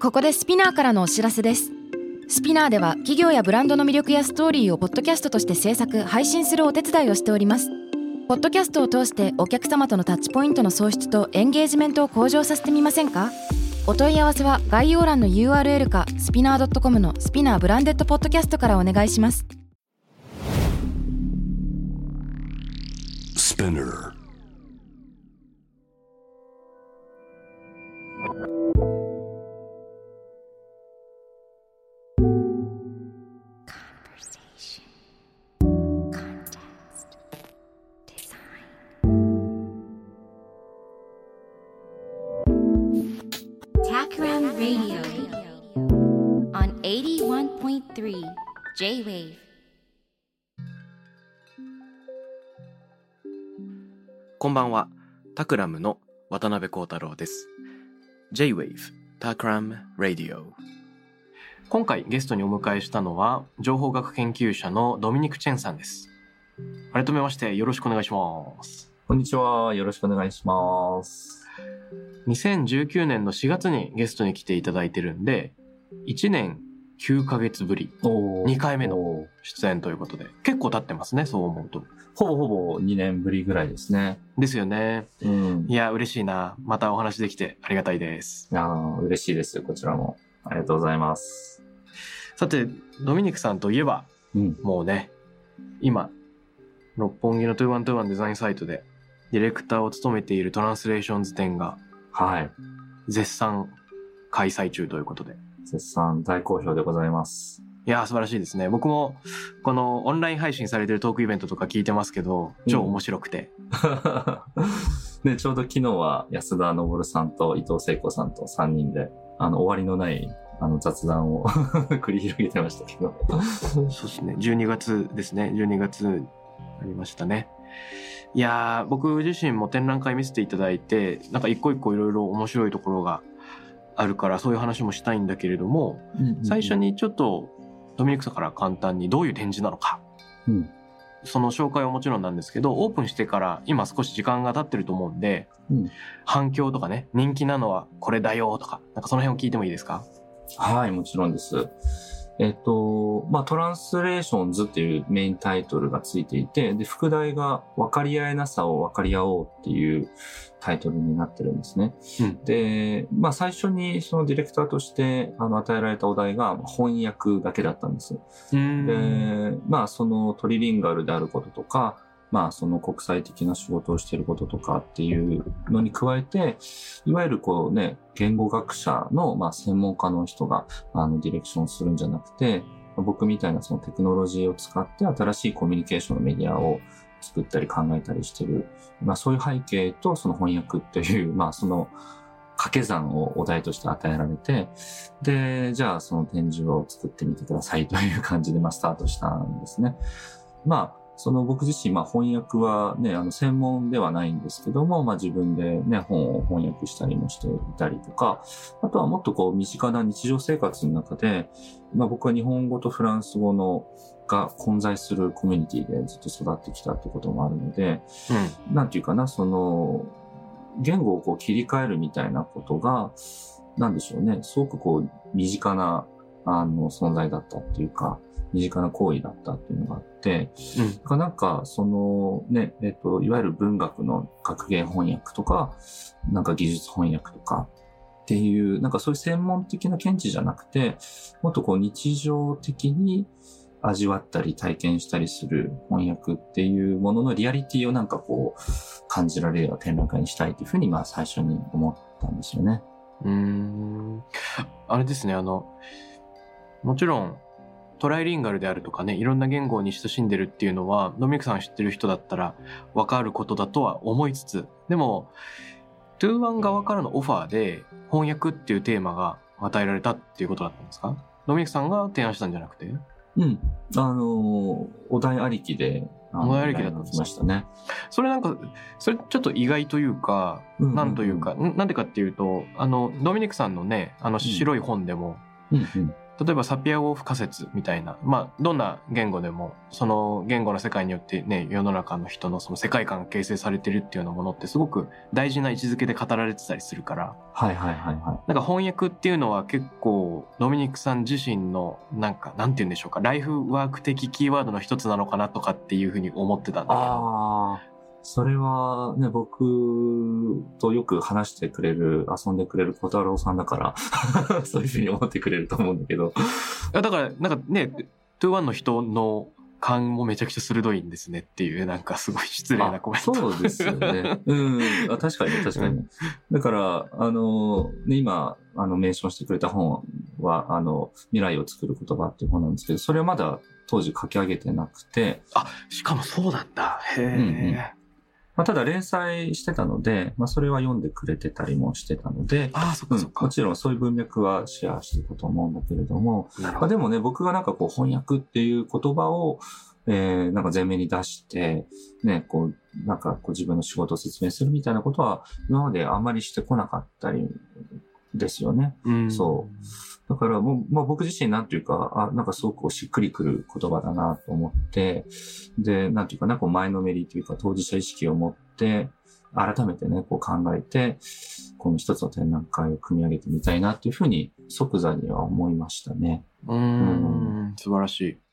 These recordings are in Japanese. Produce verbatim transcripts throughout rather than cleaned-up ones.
ここでスピナーからのお知らせです。スピナーでは企業やブランドの魅力やストーリーをポッドキャストとして制作・配信するお手伝いをしております。ポッドキャストを通してお客様とのタッチポイントの創出とエンゲージメントを向上させてみませんか？お問い合わせは概要欄の ユーアールエル かスピナー ドットコム のスピナーブランデッドポッドキャストからお願いします。スピナー J-Wave。 こんばんは、タクラムの渡辺幸太郎です。 J-Wave タクラムラディオ。今回ゲストにお迎えしたのは情報学研究者のドミニク・チェンさんです。改めましてよろしくお願いします。 こんにちは、よろしくお願いします。 にせんじゅうきゅうねんのしがつにゲストに来ていただいてるんで、いちねんきゅうかげつぶり、にかいめの出演ということで、結構経ってますね、そう思うと。 ほぼほぼにねんぶりぐらいですね。 ですよね。 うん、 いや、嬉しいな。またお話できてありがたいです。 いや、嬉しいです。こちらも。ありがとうございます。 さて、ドミニクさんといえば、うん、もうね、今、六本木のにせんにじゅういちデザインサイトで、ディレクターを務めているトランスレーションズ展が、 はい。 絶賛開催中ということで。 絶賛大好評でございます。 いやー、素晴らしいですね。僕もこのオンライン配信されてるトークイベントとか聞いてますけど、超面白くて、 うん、ね、ちょうど昨日は安田昇さんと伊藤聖子さんとさんにんであの終わりのないあの雑談を繰り広げてましたけどそうですね、じゅうにがつですね。じゅうにがつありましたね。いやー、僕自身も展覧会見せていただいて、なんか一個一個いろいろ面白いところがあるからそういう話もしたいんだけれども、うんうんうん、最初にちょっとドミニクさんから簡単にどういう展示なのか、うん、その紹介はもちろんなんですけど、オープンしてから今少し時間が経ってると思うんで、うん、反響とかね、人気なのはこれだよとか、なんかその辺を聞いてもいいですか？ はい、もちろんです。えっと、まあ、トランスレーションズっていうメインタイトルがついていて、で、副題が分かり合えなさを分かり合おうっていうタイトルになってるんですね。うん、で、まあ、最初にそのディレクターとしてあの与えられたお題が翻訳だけだったんです。で、まあ、そのトリリンガルであることとか、まあ、その国際的な仕事をしていることとかっていうのに加えて、いわゆるこうね、言語学者の、まあ、専門家の人が、あの、ディレクションするんじゃなくて、僕みたいなそのテクノロジーを使って新しいコミュニケーションのメディアを作ったり考えたりしてる、まあ、そういう背景とその翻訳っていう、まあ、その掛け算をお題として与えられて、で、じゃあその展示を作ってみてくださいという感じで、まあ、スタートしたんですね。まあ、その僕自身、まあ翻訳はね、あの専門ではないんですけども、まあ自分でね、本を翻訳したりもしていたりとか、あとはもっとこう身近な日常生活の中で、まあ僕は日本語とフランス語のが混在するコミュニティでずっと育ってきたってこともあるので、うん、なんていうかな、その、言語をこう切り替えるみたいなことが、なんでしょうね、すごくこう身近なあの存在だったっていうか、身近な行為だったっていうのがあって、うん、なんか、そのね、えっと、いわゆる文学の学芸翻訳とか、なんか技術翻訳とかっていう、なんかそういう専門的な見地じゃなくて、もっとこう日常的に味わったり体験したりする翻訳っていうもののリアリティをなんかこう感じられるような展覧会にしたいというふうに、まあ最初に思ったんですよね。 うーん。あれですね、あの、もちろん、トライリンガルであるとかね、いろんな言語に親しんでるっていうのは、ドミニクさん知ってる人だったら分かることだとは思いつつ、でも、にじゅういち側からのオファーで翻訳っていうテーマが与えられたっていうことだったんですか？ドミニクさんが提案したんじゃなくて？ うん。あのー、お題ありきで、 お題ありきだったんですましたね。 それなんか、それちょっと意外というか、うんうんうん、なんというか、なんでかっていうと、あの、ドミニクさんのね、あの白い本でも、うんうん、 例えばサピアゴーフ仮説みたいな、まあどんな言語でもその言語の世界によってね、世の中の人のその世界観が形成されてるっていうようなものってすごく大事な位置づけで語られてたりするから、 はいはいはいはい。 なんか翻訳っていうのは結構ドミニクさん自身のなんかなんて言うんでしょうか、ライフワーク的キーワードの一つなのかなとかっていうふうに思ってたんだけど。 ああ、それはね、僕とよく話してくれる、遊んでくれる小太郎さんだから、そういうふうに思ってくれると思うんだけど。 だからなんかね、にじゅういちの人の感もめちゃくちゃ鋭いんですねっていう、なんかすごい失礼なコメント。 そうですよね。うん。あ、確かに確かに。だから、あの、ね、今、あの、メンションしてくれた本は、あの、未来を作る言葉っていう本なんですけど、それはまだ当時書き上げてなくて。 あ、しかもそうなんだ。へえ。うんうんまあ、ただ連載してたので、まあ、それは読んでくれてたりもしてたので、 ああ、そっかそっか、 うん。もちろんそういう文脈はシェアしていくと思うんだけれども、まあ、でもね、僕がなんかこう翻訳っていう言葉を、えー、なんか前面に出して、ね、こう、なんかこう自分の仕事を説明するみたいなことは、今まであんまりしてこなかったりですよね。 うん、 そう。だからもう、まあ僕自身なんていうか、あ、なんかすごくしっくりくる言葉だなと思って、で、なんていうかな、こう前のめりというか当事者意識を持って、改めてね、こう考えて、この一つの展覧会を組み上げてみたいなっていうふうに即座には思いましたね。 うーん、うん、素晴らしい。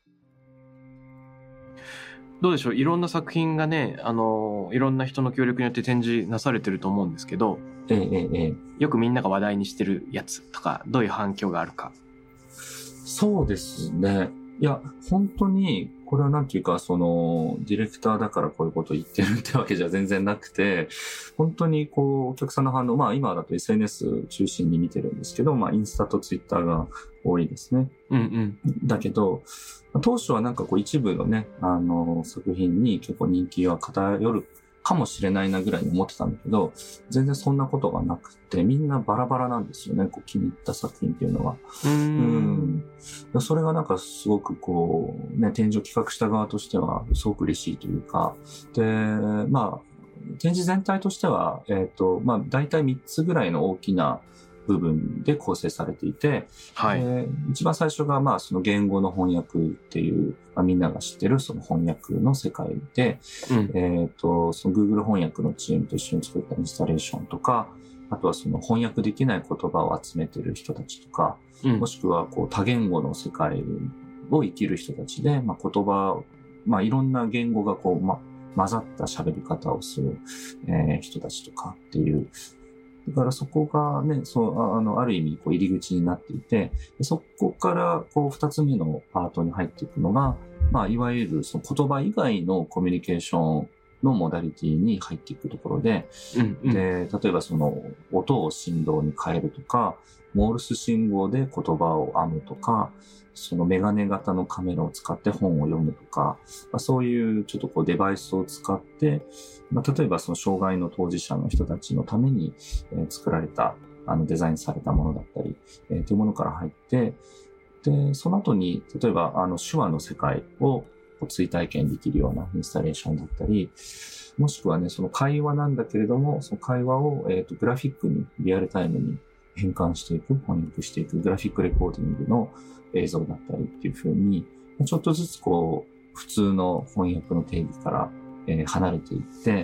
どうでしょう、いろんな作品がね、あの、いろんな人の協力によって展示なされてると思うんですけど、 ええええ、 よくみんなが話題にしてるやつとか、どういう反響があるか。 そうですね。いや、本当に、これはなんていうか、その、ディレクターだからこういうことを言ってるってわけじゃ全然なくて、本当にこう、お客さんの反応、まあ今だと エスエヌエス 中心に見てるんですけど、まあインスタとツイッターが多いですね。 うんうん。 だけど、当初はなんかこう一部のね、あの、作品に結構人気は偏るかもしれないなぐらいに思ってたんだけど、全然そんなことがなくて、みんなバラバラなんですよね、こう気に入った作品っていうのは。 うーん。 うん。それがなんかすごくこう、ね、展示を企画した側としてはすごく嬉しいというか、で、まあ、展示全体としては、えっと、まあ、大体みっつぐらいの大きな部分で構成されていて、 はい。 えー、一番最初が、まあ、その言語の翻訳っていう、まあ、みんなが知ってるその翻訳の世界で、 うん、 えっと、その Google 翻訳のチームと一緒に作ったインスタレーションとか、あとはその翻訳できない言葉を集めてる人たちとか、うん、もしくはこう多言語の世界を生きる人たちで、まあ、言葉、まあ、いろんな言語がこう、ま、混ざった喋り方をする、えー、人たちとかっていう、だからそこがね、そう、あの、ある意味、こう、入り口になっていて、そこから、こう、二つ目のパートに入っていくのが、まあ、いわゆる、その言葉以外のコミュニケーションのモダリティに入っていくところで、 うんうん、 で、例えばその、音を振動に変えるとか、モールス信号で言葉を編むとか、そのメガネ型のカメラを使って本を読むとか、まあ、そういうちょっとこうデバイスを使って、まあ、例えばその障害の当事者の人たちのために、えー、作られた、あのデザインされたものだったり、えー、というものから入って、で、その後に、例えばあの手話の世界を追体験できるようなインスタレーションだったり、もしくはね、その会話なんだけれども、その会話を、えーと、グラフィックにリアルタイムに変換していく、翻訳していく、グラフィックレコーディングの映像だったりっていう風に、ちょっとずつこう、普通の翻訳の定義から、えー、離れていって、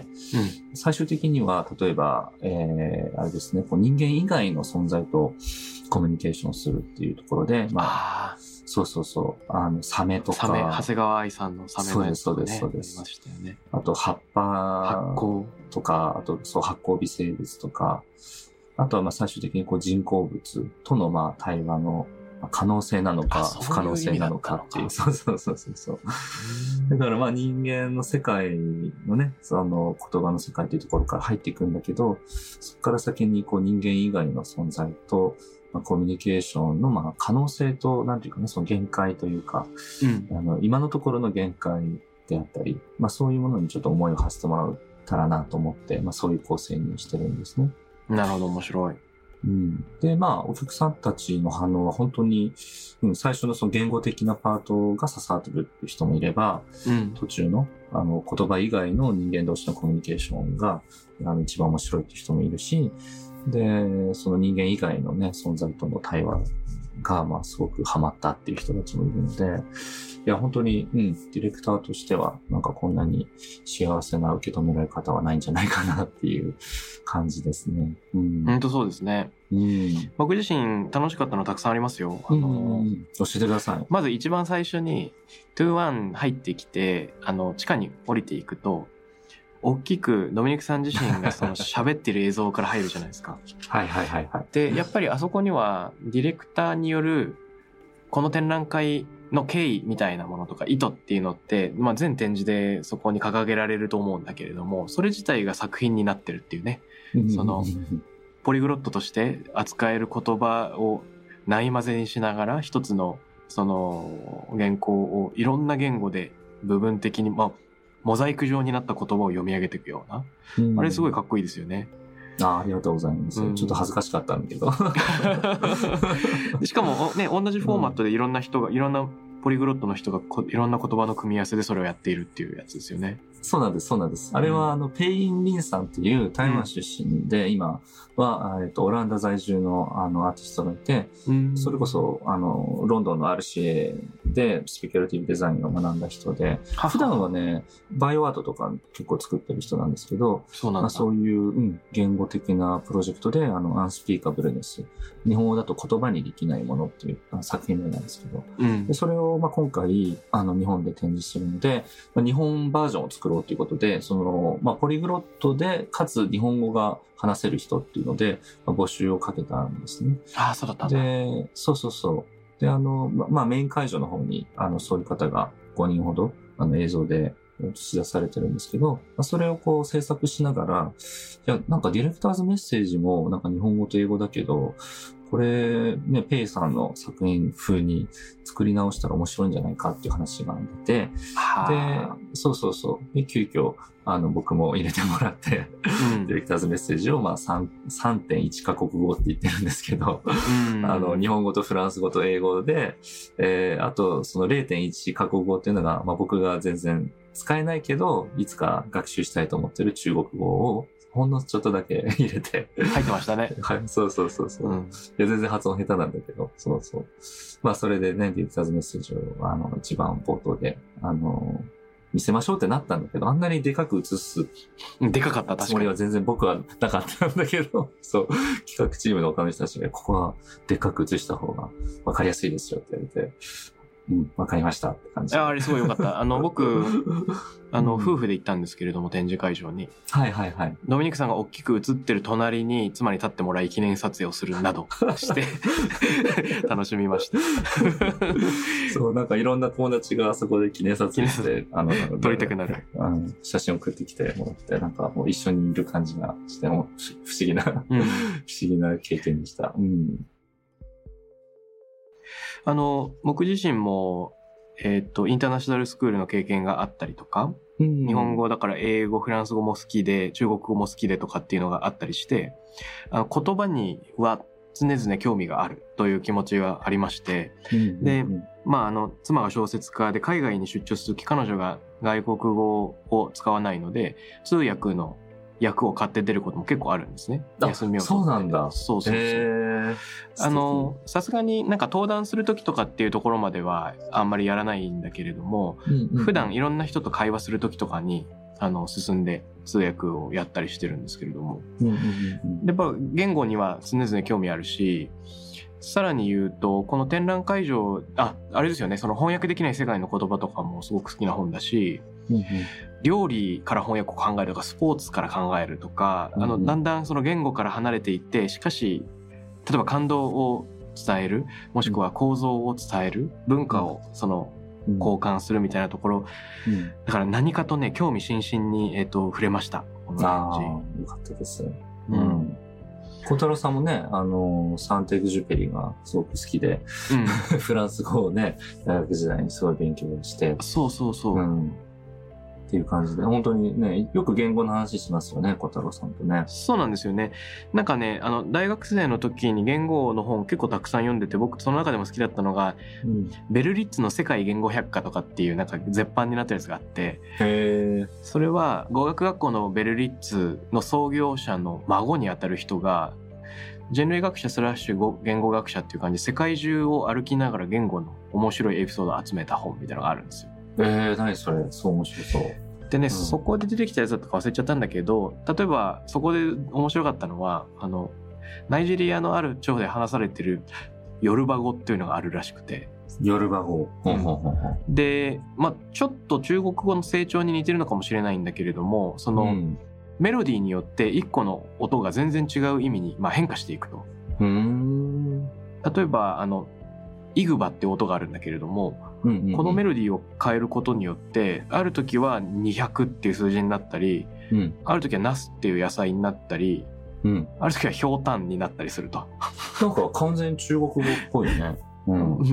うん、最終的には、例えば、えー、あれですね、こう人間以外の存在とコミュニケーションするっていうところで、まあ、あそうそうそう、あの、サメとか。 サメ、長谷川愛さんのサメのやつとかね。 そうです、そうです。 ありましたよね。 あと、葉っぱとか、あと、そう、発光微生物とか、あとは、まあ、最終的にこう人工物との、まあ、対話の可能性なのか、不可能性なのかっていう。そうそうそうそうそう。だから、まあ、人間の世界のね、その言葉の世界というところから入っていくんだけど、そこから先にこう人間以外の存在と、まあ、コミュニケーションの、まあ、可能性と、なんていうかね、その限界というか、うん、あの、今のところの限界であったり、まあ、そういうものにちょっと思いを馳せてもらったらなと思って、まあ、そういう構成にしてるんですね。 なるほど、面白い。 うん、で、まあ、お客さんたちの反応は本当に、うん、最初のその言語的なパートが刺さってるっていう人もいれば、うん、途中の、あの、言葉以外の人間同士のコミュニケーションが、あの、一番面白いっていう人もいるし、で、その人間以外のね、存在との対話が、まあ、すごくハマったっていう人たちもいるので、いや、本当に、うん、ディレクターとしては、なんかこんなに幸せな受け止められ方はないんじゃないかなっていう感じですね。うん。 本当そうですね。 うん、 僕自身楽しかったのたくさんありますよ。あの、 うん、教えてください。 まず一番最初に、にじゅういち入ってきて、あの、地下に降りていくと、大きくドミニクさん自身がその喋ってる映像から入るじゃないですか。 はいはいはいはい。 で、やっぱりあそこにはディレクターによるこの展覧会の経緯みたいなものとか意図っていうのって、まあ、全展示でそこに掲げられると思うんだけれども、それ自体が作品になってるっていうね。そのポリグロットとして扱える言葉をない混ぜにしながら一つのその原稿をいろんな言語で部分的に、まあモザイク状になった言葉を読み上げていくような、うん、あれすごいかっこいいですよね。 あ, ありがとうございます、うん、ちょっと恥ずかしかったんだけどしかもね、同じフォーマットでいろんな人が、いろんなポリグロットの人がいろんな言葉の組み合わせでそれをやっているっていうやつですよね。 そうなんです、そうなんです。あれは、あの、ペイン・リンさんっていう台湾出身で、うん、今は、えっと、オランダ在住の、あの、アーティストがいて、うん、それこそ、あの、ロンドンの アールシーエー でスペキュラティブデザインを学んだ人で、普段はね、バイオアートとか結構作ってる人なんですけど、 そうなんだ。 まあ、そういう、うん、言語的なプロジェクトで、あの、アンスピーカブルネス。日本語だと言葉にできないものっていう作品名なんですけど、うん、でそれを、まあ、今回、あの、日本で展示するので、まあ、日本バージョンを作ろうということで、その、まあ、ポリグロットで、かつ日本語が話せる人っていうので、まあ、募集をかけたんですね。 ああ、そうだったんだ。 で、そうそうそう。で、あの、ま、まあ、メイン会場の方に、あの、そういう方がごにんほど、あの、映像で映し出されてるんですけど、まあ、それをこう制作しながら、いや、なんかディレクターズメッセージも、なんか日本語と英語だけど、これね、ペイさんの作品風に作り直したら面白いんじゃないかっていう話が出て、で、そうそうそう。で、急遽、あの、僕も入れてもらって、うん、ディレクターズメッセージを、まあ、さんてんいち カ国語って言ってるんですけど、うん、あの、日本語とフランス語と英語で、えー、あと、その れいてんいち カ国語っていうのが、まあ、僕が全然使えないけど、いつか学習したいと思ってる中国語を、ほんのちょっとだけ入れて。 入ってましたね。 はい、そうそうそうそう、うん。いや、全然発音下手なんだけど、そうそう。まあ、それでね、ディレクターズメッセージを、あの、一番冒頭で、あの、見せましょうってなったんだけど、あんなにでかく映す。 でかかった、確かに。 つもりは全然僕はなかったんだけど、そう、企画チームの他の人たちが、ここはでっかく映した方が分かりやすいですよって言われて、うん、わかりましたって感じ。 あれすごいよかった。あの、僕、あの、夫婦で行ったんですけれども、展示会場に。 はいはいはい。 ドミニクさんが大きく映ってる隣に妻に立ってもらい記念撮影をするなどして楽しみました。 そう、なんかいろんな友達があそこで記念撮影して、あの、 撮りたくなる。 あの写真を送ってきてもらって、なんかもう一緒にいる感じがして、も不思議な、うん、不思議な経験でした。うん。 あの、僕自身も、えっと、インターナショナルスクールの経験があったりとか、うん、日本語だから英語、フランス語も好きで、中国語も好きでとかっていうのがあったりして、あの言葉には常々興味があるという気持ちがありまして、うん、で、まあ、あの、妻が小説家で海外に出張するとき、彼女が外国語を使わないので、通訳の役を買って出ることも結構あるんですね。休みを取って。 そうなんだ。 そうそうそう。あの、さすがになんか登壇するときとかっていうところまではあんまりやらないんだけれども、うんうんうん、普段いろんな人と会話するときとかに、あの、進んで通訳をやったりしてるんですけれども、うんうんうん、やっぱ言語には常々興味あるし、さらに言うと、この展覧会場、あ、あれですよね、その翻訳できない世界の言葉とかもすごく好きな本だし、うんうん、料理から翻訳を考えるとか、スポーツから考えるとか、うんうん、あの、だんだんその言語から離れていって、しかし、例えば感動を伝える、もしくは構造を伝える、文化をその、交換するみたいなところ、うん、だから何かとね、興味津々に、えっと、触れました。このああ、よかったです。うん。小太郎さんもね、あの、サンテグジュペリがすごく好きで、うん、フランス語をね、大学時代にすごい勉強して。 そうそうそう。 うんっていう感じで、本当にね、よく言語の話しますよね、小太郎さんとね。 そうなんですよね。なんかね、あの、大学生の時に言語の本結構たくさん読んでて、僕その中でも好きだったのが、うん、ベルリッツの世界言語百科とかっていうなんか絶版になったやつがあって、 へー。 それは語学学校のベルリッツの創業者の孫にあたる人が、 人類学者スラッシュ言語学者っていう感じで世界中を歩きながら言語の面白いエピソードを集めた本みたいなのがあるんですよ。 えー、何それ、そう面白そう。 でね、 うん、 そこで出てきたやつだったか忘れちゃったんだけど、例えばそこで面白かったのは、あの、ナイジェリアのある地方で話されてるヨルバ語っていうのがあるらしくて。 ヨルバ語。 うん、で、まあちょっと中国語の成長に似てるのかもしれないんだけれども、その、うん、メロディーによって一個の音が全然違う意味に、まあ、変化していくと。 うーん、 例えば、あの、イグバって音があるんだけれども、うんうんうん、このメロディーを変えることによって、ある時はにひゃくっていう数字になったり、うん、ある時はナスっていう野菜になったり、うん、ある時はひょうたんになったりすると。 なんか完全中国語っぽいね。 うん、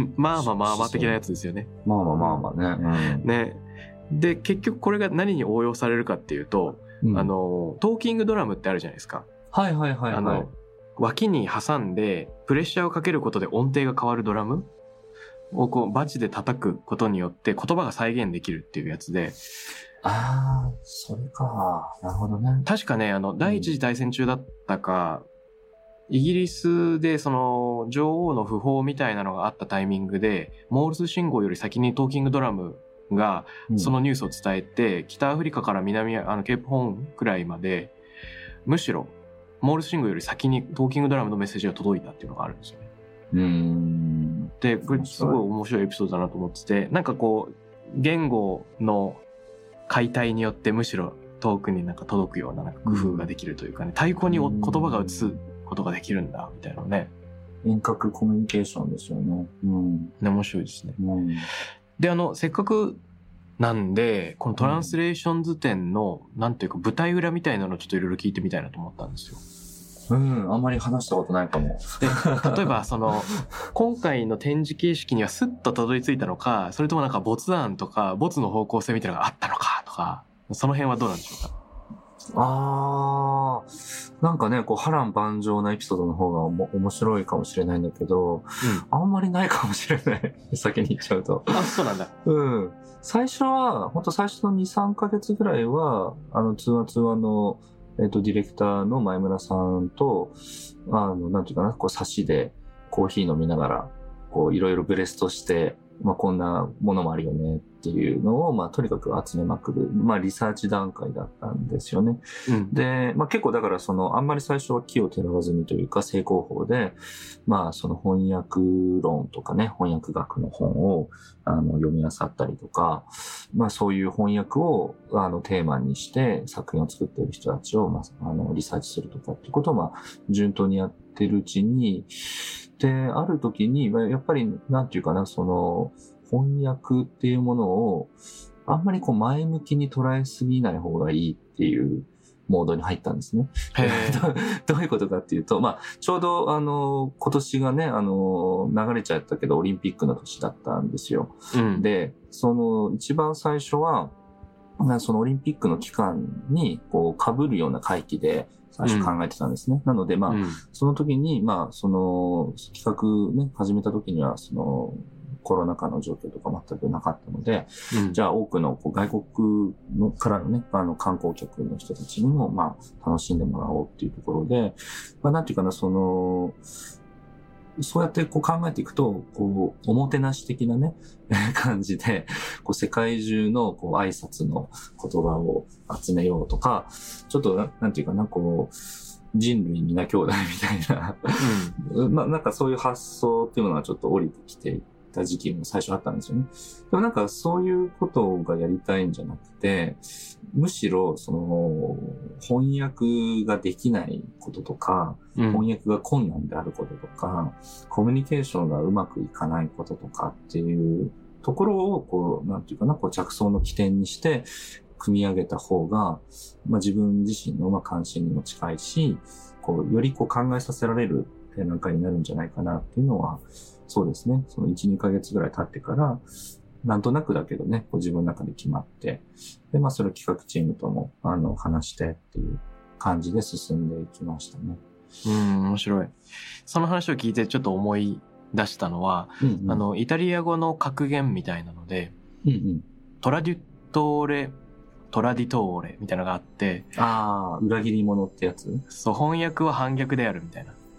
まあまあまあまあ的なやつですよね。 まあまあまあまあね。 うん、ね。で、結局これが何に応用されるかっていうと、うん、あの、トーキングドラムってあるじゃないですか。 はいはいはい、はい。 あの、脇に挟んでプレッシャーをかけることで音程が変わるドラムをこうバチで叩くことによって言葉が再現できるっていうやつで。 ああ、それか。なるほどね。 確かね、あの、第一次大戦中だったか、うん、イギリスでその女王の訃報みたいなのがあったタイミングで、モールス信号より先にトーキングドラムがそのニュースを伝えて、うん、北アフリカから南、あの、ケープホーンくらいまで、むしろ、モールス信号より先にトーキングドラムのメッセージが届いたっていうのがあるんですよね。 うーん。 で、これすごい面白いエピソードだなと思ってて、なんかこう、言語の解体によってむしろ遠くになんか届くようななんか工夫ができるというかね、太鼓に言葉が移すことができるんだ、みたいなね。 遠隔コミュニケーションですよね。うん。 ね、面白いですね。 うん、 で、あの、せっかくなんで、このトランスレーション図展の、なんていうか舞台裏みたいなのをちょっといろいろ聞いてみたいなと思ったんですよ。 うん、あんまり話したことないかも。 で、例えばその、今回の展示形式にはスッとたどり着いたのか、それともなんか没案とか、没の方向性みたいなのがあったのかとか、その辺はどうなんでしょうか？ あー、なんかね、こう波乱万丈なエピソードの方がおも面白いかもしれないんだけど、うん、あんまりないかもしれない。先に言っちゃうと。 あ、そうなんだ。 うん。最初は、ほんと最初のに、さんかげつぐらいは、あの、通話通話の、えっと、ディレクターの前村さんと、あの、なんていうかな、こう、差しでコーヒー飲みながら、こう、いろいろブレストして、まあ、こんなものもあるよねっていうのを、まあ、とにかく集めまくる、まあ、リサーチ段階だったんですよね。うん、で、まあ、結構だからその、あんまり最初は気をてらわずにというか、正攻法で、まあ、その翻訳論とかね、翻訳学の本を、あの、読み漁ったりとか、まあ、そういう翻訳を、あの、テーマにして作品を作っている人たちを、まあ、あの、リサーチするとかっていうことを、まあ、順当にやってるうちに、で、ある時に、やっぱり、なんていうかな、その、翻訳っていうものを、あんまりこう前向きに捉えすぎない方がいいっていうモードに入ったんですね。どういうことかっていうと、まあ、ちょうど、あの、今年がね、あの、流れちゃったけど、オリンピックの年だったんですよ。うん、で、その、一番最初は、そのオリンピックの期間に、こう、被るような会期で、最初考えてたんですね。うん、なので、まあ、うん、その時に、まあ、その、企画ね、始めた時には、その、コロナ禍の状況とか全くなかったので、うん、じゃあ多くのこう外国のからのね、あの観光客の人たちにも、まあ、楽しんでもらおうっていうところで、まあ、なんていうかな、その、そうやってこう考えていくと、こう、おもてなし的なね、感じで、こう、世界中のこう挨拶の言葉を集めようとか、ちょっとな、なんていうかな、こう、人類皆兄弟みたいな、うん、まあなんかそういう発想っていうのはちょっと降りてきていた時期も最初あったんですよね。でもなんかそういうことがやりたいんじゃなくて、むしろその翻訳ができないこととか、うん、翻訳が困難であることとか、コミュニケーションがうまくいかないこととかっていうところをこう、なんていうかな、こう着想の起点にして、組み上げた方が、まあ、自分自身のまあ関心にも近いし、こう、よりこう考えさせられる展覧会になるんじゃないかなっていうのは、そうですね。そのいち、にかげつぐらい経ってから、なんとなくだけどね、こう自分の中で決まって、で、まあそれを企画チームとも、あの、話してっていう感じで進んでいきましたね。 うん、面白い。その話を聞いてちょっと思い出したのは、うんうん、あの、イタリア語の格言みたいなので、うんうん、トラデュトーレ、トラディトーレみたいなのがあって、 ああ、裏切り者ってやつ？ そう、翻訳は反逆であるみたいな。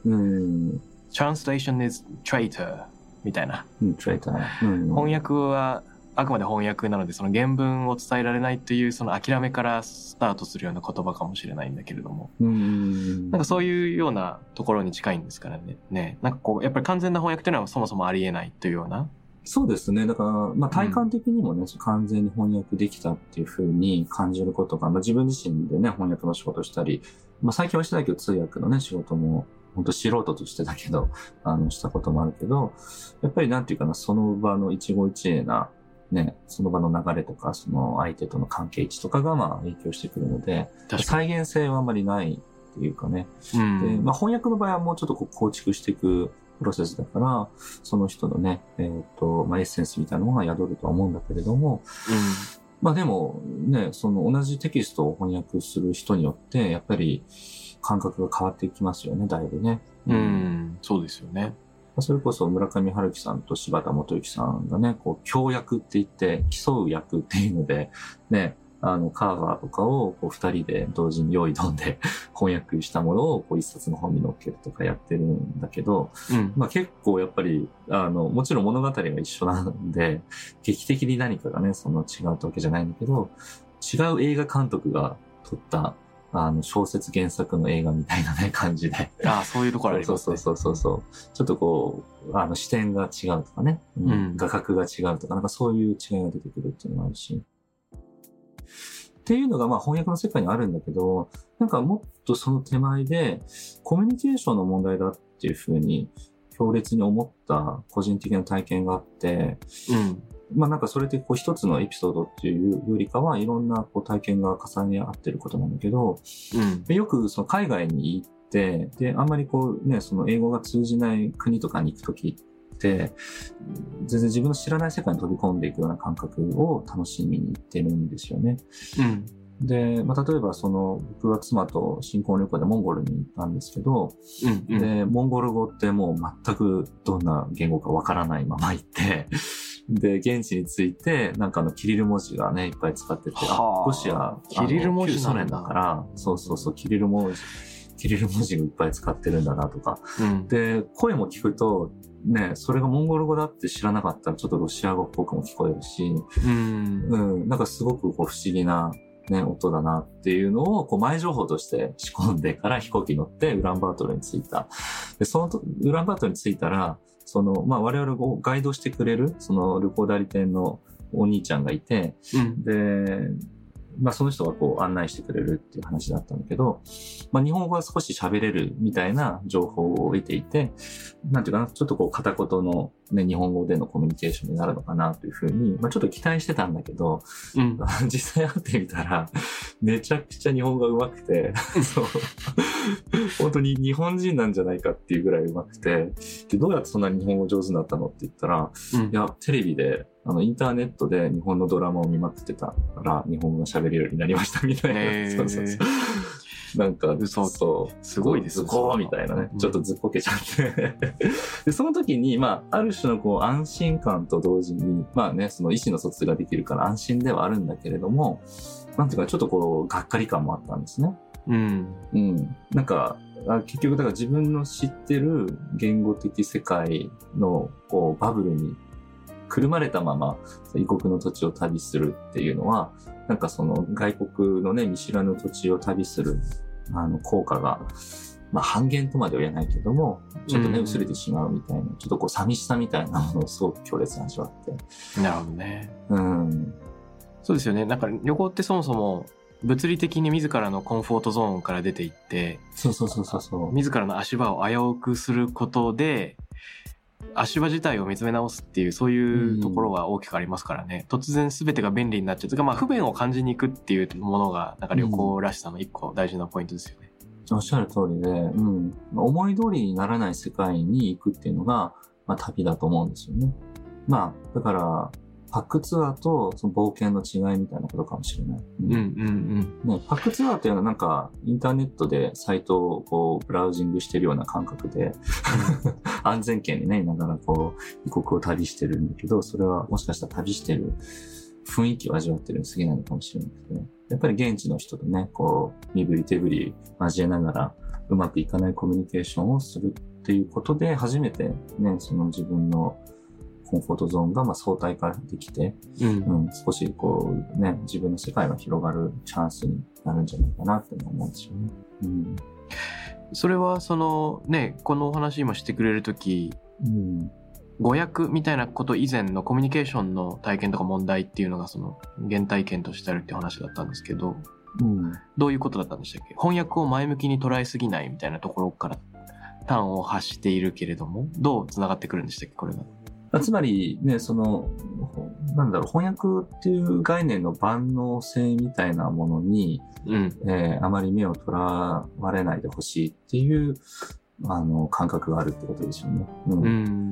うん。 translation is traitor みたいな。 うん、traitor、うん。 翻訳はあくまで翻訳なので、その原文を伝えられないというその諦めからスタートするような言葉かもしれないんだけれども、 うん、 なんかそういうようなところに近いんですからね。ね、なんかこうやっぱり完全な翻訳というのはそもそもありえないというような。 そうですね。だから、まあ体感的にもね、うん、完全に翻訳できたっていうふうに感じることが、まあ自分自身でね、翻訳の仕事したり、まあ最近はしてないけど通訳のね、仕事も、本当素人としてだけど、あの、したこともあるけど、やっぱりなんていうかな、その場の一期一会な、ね、その場の流れとか、その相手との関係値とかがまあ影響してくるので、再現性はあんまりないっていうかね。 うん、 で、まあ翻訳の場合はもうちょっとこう構築していくプロセスだから、その人のね、えっ、ー、と、まあエッセンスみたいなものが宿るとは思うんだけれども、 うん、 まあでもね、その同じテキストを翻訳する人によって、やっぱり感覚が変わっていきますよね、だいぶね。 うん、うん、そうですよね。 それこそ村上春樹さんと柴田元幸さんがね、こう、協訳って言って、競う役っていうので、ね、あの、カーバーとかをこう二人で同時に用意どんで翻訳したものをこう一冊の本に載っけるとかやってるんだけど、 うん、 まあ結構やっぱり、あの、もちろん物語が一緒なんで、劇的に何かがね、その違うってわけじゃないんだけど、違う映画監督が撮ったあの、小説原作の映画みたいなね、感じで。 ああ、そういうところありますね。 そうそうそうそう。ちょっとこう、あの、視点が違うとかね、うん、画角が違うとか、なんかそういう違いが出てくるっていうのもあるし。っていうのが、まあ、翻訳の世界にあるんだけど、なんかもっとその手前で、コミュニケーションの問題だっていうふうに、強烈に思った個人的な体験があって、 うん。 まあなんかそれってこう一つのエピソードっていうよりかはいろんなこう体験が重ね合ってることなんだけど、 うん、 よくその海外に行って、で、あんまりこうね、その英語が通じない国とかに行くときって、全然自分の知らない世界に飛び込んでいくような感覚を楽しみに行ってるんですよね。 うん。 で、まあ、例えばその、僕は妻と新婚旅行でモンゴルに行ったんですけど、 うんうん、 で、モンゴル語ってもう全くどんな言語かわからないまま行って、で、現地に着いて、なんかあの、キリル文字がね、いっぱい使ってて、あ、ロシア、 キリル文字ソ連だから、そうそうそう、キリル文字、キリル文字がいっぱい使ってるんだなとか。 うん、で、 声も聞くと、ね、それがモンゴル語だって知らなかったら、ちょっとロシア語っぽくも聞こえるし、 うん、 うん、なんかすごくこう不思議な、ね、音だなっていうのを、こう前情報として仕込んでから飛行機乗ってウランバートルに着いた。で、そのと、ウランバートルに着いたら、その、まあ、我々をガイドしてくれる、その旅行代理店のお兄ちゃんがいて、 うん、 で、まあ、その人がこう案内してくれるっていう話だったんだけど、まあ、日本語が少し喋れるみたいな情報を得ていて、なんていうかな、ちょっとこう片言のね、日本語でのコミュニケーションになるのかなというふうに、まあ、ちょっと期待してたんだけど、 うん、 実際会ってみたら、めちゃくちゃ日本語が上手くて、そう、本当に日本人なんじゃないかっていうぐらい上手くて、で、どうやってそんなに日本語上手になったのって言ったら、うん、いや、テレビで、あの、インターネットで日本のドラマを見まくってたから、日本語が喋れるようになりましたみたいな。 えー、 そうそうそう。なんか、 嘘そう。 すごいですね。ズコーみたいなね。ちょっとずっこけちゃってで、その時に、まあ、ある種のこう、安心感と同時に、まあね、その意思の疎通ができるから安心ではあるんだけれども、なんていうか、ちょっとこう、がっかり感もあったんですね。 うん。 うん。なんか、結局、だから自分の知ってる言語的世界の、こう、バブルにくるまれたまま異国の土地を旅するっていうのは、なんかその外国のね、見知らぬ土地を旅する、あの、効果が、まあ半減とまでは言えないけども、ちょっとね、薄れてしまうみたいな、ちょっとこう寂しさみたいなものをすごく強烈に味わって。 なるほどね。 うん。 そうですよね。なんか旅行ってそもそも、物理的に自らのコンフォートゾーンから出ていって、 そうそうそうそうそう。 自らの足場を危うくすることで、足場自体を見つめ直すっていうそういうところが大きくありますからね、うん、突然全てが便利になっちゃうというか、まあ、不便を感じに行くっていうものがなんか旅行らしさの一個大事なポイントですよね、 うん、おっしゃる通りで、うん、思い通りにならない世界に行くっていうのが、まあ、旅だと思うんですよね。まあだからパックツアーとその冒険の違いみたいなことかもしれない。 うんうんうん。 ね、パックツアーっていうのはなんかインターネットでサイトをこうブラウジングしてるような感覚で安全圏にね、いながらこう異国を旅してるんだけど、それはもしかしたら旅してる雰囲気を味わってるに過ぎないのかもしれなくて、やっぱり現地の人とね、こう身振り手振り交えながらうまくいかないコミュニケーションをするっていうことで、初めてね、その自分のコンフォートゾーンがまあ相対化できて、うんうん、少しこうね、自分の世界が広がるチャンスになるんじゃないかなって思うんですよね。うん、 それはそのね、このお話今してくれるとき、うん、語訳みたいなこと以前のコミュニケーションの体験とか問題っていうのがその原体験としてあるっていう話だったんですけど、うん、どういうことだったんでしたっけ？翻訳を前向きに捉えすぎないみたいなところから端を発しているけれども、どうつながってくるんでしたっけ、これが。 つまりね、その、なんだろう、翻訳っていう概念の万能性みたいなものに、うんえー、あまり目をとらわれないでほしいっていう、あの、感覚があるってことですよね。うん。うん、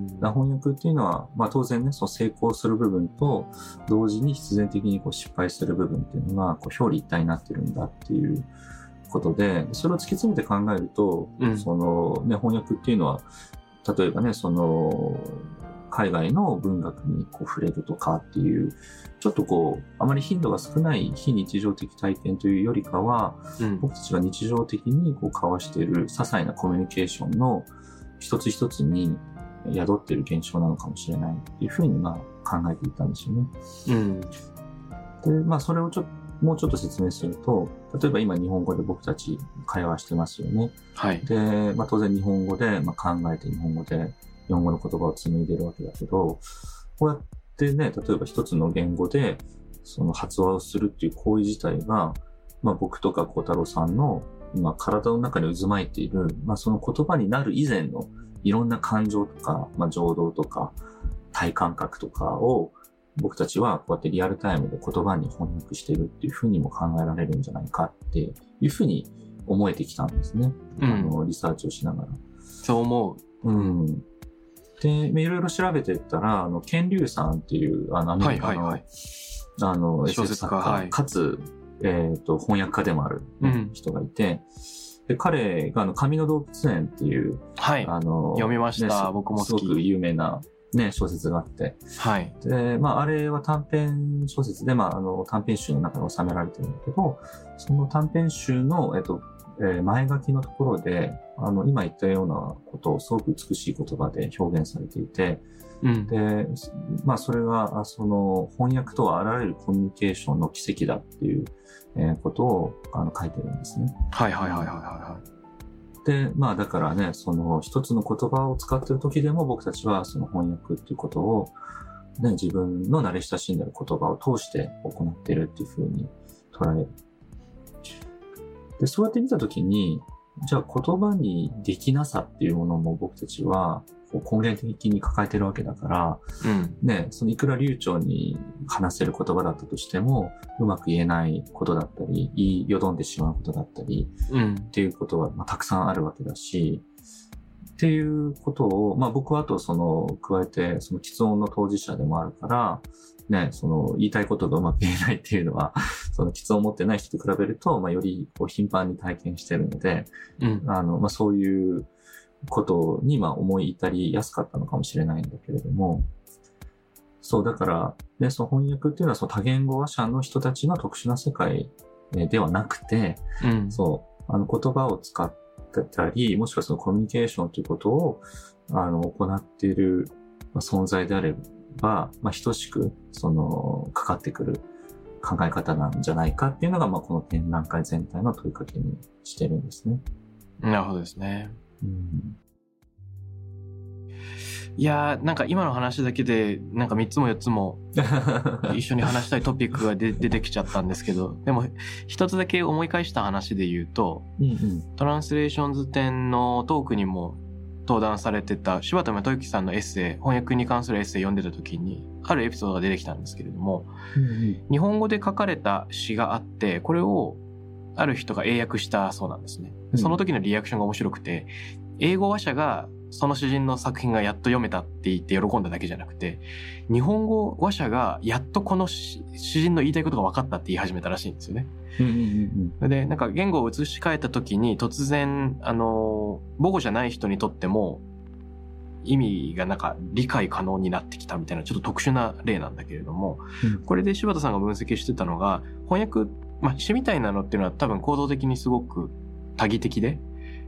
だ翻訳っていうのは、まあ当然ね、その成功する部分と、同時に必然的にこう失敗する部分っていうのが、こう表裏一体になってるんだっていうことで、それを突き詰めて考えると、うん、そのね、翻訳っていうのは、例えばね、その、海外の文学にこう触れるとかっていう、ちょっとこう、あまり頻度が少ない非日常的体験というよりかは、うん、僕たちが日常的にこう交わしている些細なコミュニケーションの一つ一つに宿っている現象なのかもしれないっていうふうにまあ考えていたんですよね。うん、で、まあそれをちょっともうちょっと説明すると、例えば今日本語で僕たち会話してますよね。はい。で、まあ当然日本語でまあ考えて日本語で日本語の言葉を紡いでるわけだけど、こうやってね、例えば一つの言語でその発話をするっていう行為自体が、まあ僕とか小太郎さんの今体の中に渦巻いている、まあその言葉になる以前のいろんな感情とか、まあ情動とか体感覚とかを僕たちはこうやってリアルタイムで言葉に翻訳しているっていうふうにも考えられるんじゃないかっていうふうに思えてきたんですね。うん、あのリサーチをしながら。 そう思う。うん。 で、いろいろ調べていったら、あの、ケン・リュウさんっていう、あの、アメリカの、はいはいはい、あの、エスエフ 作家、はい、かつ、えっ、ー、と、翻訳家でもある、ねうん、人がいて、で、彼が、あの、神の動物園っていう、 はい、 あの、 読みました、ね、僕も好き。 すごく有名な、ね、小説があって。はい。で、まあ、あれは短編小説で、まあ、あの、短編集の中に収められてるんだけど、その短編集の、えっと、えー、前書きのところで、あの、今言ったようなことをすごく美しい言葉で表現されていて、うん、で、まあ、それが、その、翻訳とはあらゆるコミュニケーションの奇跡だっていう、えー、ことを、あの、書いてるんですね。 はいはいはいはいはい。 で、まあ、だからね、その、一つの言葉を使ってる時でも僕たちは、その翻訳っていうことを、ね、自分の慣れ親しんでる言葉を通して行っているっていうふうに捉える。で、そうやって見たときに、じゃあ言葉にできなさっていうものも僕たちはこう根源的に抱えてるわけだから、うん、ね、そのいくら流暢に話せる言葉だったとしても、うまく言えないことだったり、言いよどんでしまうことだったり、うん、っていうことは、まあ、たくさんあるわけだし、っていうことを、まあ僕はあとその、加えて、その喫音の当事者でもあるから、ね、その言いたいことがうまく言えないっていうのは、その喫音を持ってない人と比べると、まあよりこう頻繁に体験してるので、うん、あの、まあそういうことにまあ思い至りやすかったのかもしれないんだけれども、そう、だから、ね、その翻訳っていうのはその多言語話者の人たちの特殊な世界ではなくて、うん、そう、あの言葉を使ってたり、もしくはそのコミュニケーションということを、あの、行っている存在であれば、まあ、等しく、その、かかってくる考え方なんじゃないかっていうのが、まあ、この展覧会全体の問いかけにしてるんですね。 なるほどですね。うんいやー、なんか今の話だけで、なんかみっつもよっつも一緒に話したいトピックが出てきちゃったんですけど、でも一つだけ思い返した話で言うと、うんうん、トランスレーションズ展のトークにも登壇されてた柴田元幸さんのエッセイ、翻訳に関するエッセイ読んでた時に、あるエピソードが出てきたんですけれども、うんうん、日本語で書かれた詩があって、これをある人が英訳したそうなんですね。その時のリアクションが面白くて、英語話者がその詩人の作品がやっと読めたって言って喜んだだけじゃなくて、日本語話者がやっとこの詩人の言いたいことが分かったって言い始めたらしいんですよね。うんうんうん、で、なんか言語を移し替えた時に突然、あの、母語じゃない人にとっても意味がなんか理解可能になってきたみたいなちょっと特殊な例なんだけれども、うん、これで柴田さんが分析してたのが、翻訳、まあ詩みたいなのっていうのは多分構造的にすごく多義的で、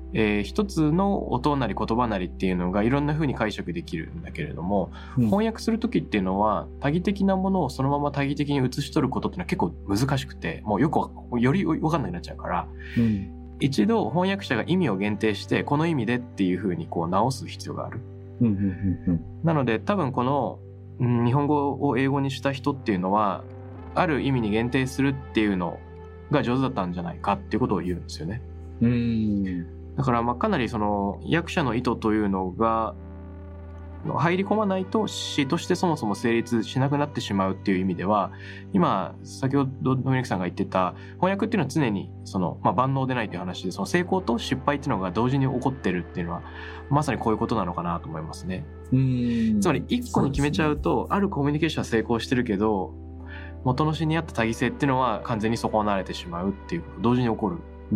えー、一つの音なり言葉なりっていうのがいろんな風に解釈できるんだけれども、うん、翻訳する時っていうのは多義的なものをそのまま多義的に写し取ることっていうのは結構難しくて、もうよくより分かんなくなっちゃうから、うん、一度翻訳者が意味を限定してこの意味でっていう風にこう直す必要がある、うんうんうんうん、なので多分この、うん、日本語を英語にした人っていうのはある意味に限定するっていうのが上手だったんじゃないかっていうことを言うんですよね。うーん、だからまあかなりその訳者の意図というのが入り込まないと詩としてそもそも成立しなくなってしまうっていう意味では、今先ほどドミニクさんが言ってた翻訳っていうのは常にその、まあ、万能でないという話で、その成功と失敗っていうのが同時に起こってるっていうのはまさにこういうことなのかなと思いますね。うーん、つまり一個に決めちゃうと、あるコミュニケーションは成功してるけど元の詩にあった多義性っていうのは完全に損なわれてしまうっていうこと同時に起こる。うん、